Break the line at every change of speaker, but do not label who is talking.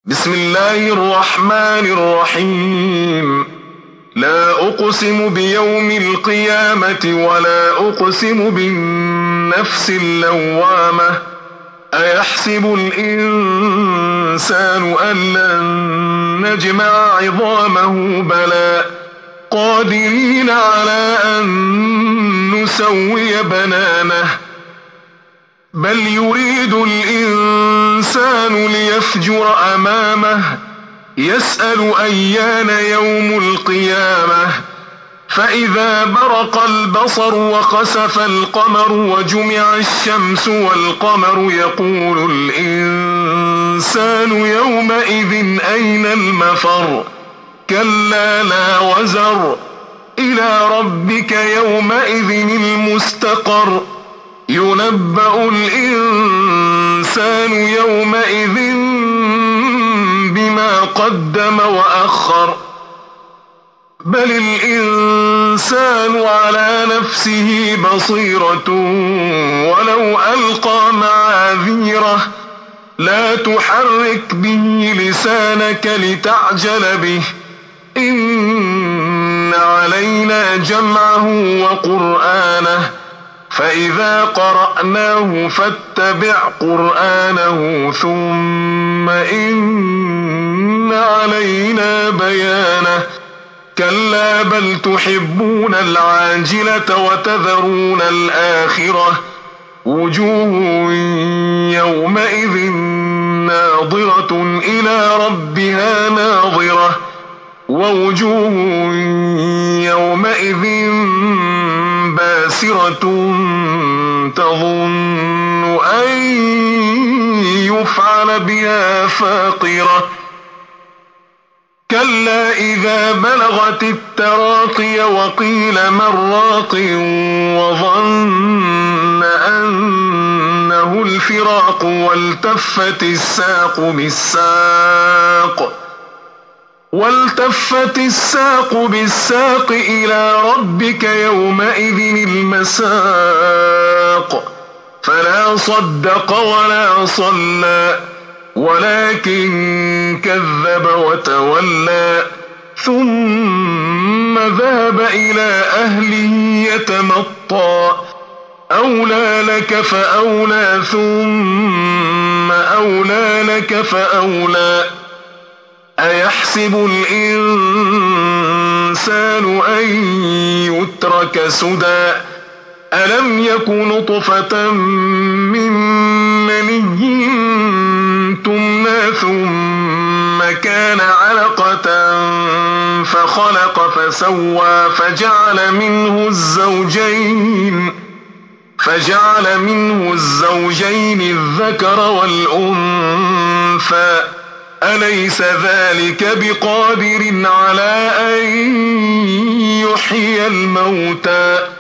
بسم الله الرحمن الرحيم. لا أقسم بيوم القيامة ولا أقسم بالنفس اللوامة. أيحسب الإنسان أن لن نجمع عظامه بلى قادرين على أن نسوي بنانه بل يريد الإنسان ليفجر أمامه يسأل أيان يوم القيامة فإذا برق البصر وخسف القمر وجمع الشمس والقمر يقول الإنسان يومئذ أين المفر كلا لا وزر إلى ربك يومئذ المستقر ينبأ الإنسان يومئذ بما قدم وأخر بل الإنسان على نفسه بصيرة ولو ألقى معاذيره لا تحرك به لسانك لتعجل به إن علينا جمعه وقرآنه فإذا قرأناه فاتبع قرآنه ثم إن علينا بيانه كلا بل تحبون العاجلة وتذرون الآخرة وجوه يومئذ ناظرة إلى ربها ناظرة ووجوه يومئذ باسرة تظن أن يفعل بها فاقرة كلا إذا بلغت التراقي وقيل من راق وظن أنه الفراق والتفت الساق بالساق إلى ربك يومئذ المساق فلا صدق ولا صلى ولكن كذب وتولى ثم ذهب إلى أهله يتمطى أولى لك فأولى ثم أولى لك فأولى أيحسب الإنسان أن يترك سدى ألم يك نطفة من مني تمنى ثم كان علقة فخلق فسوى فجعل منه الزوجين الذكر والأنثى أليس ذلك بقادر على أن يحيي الموتى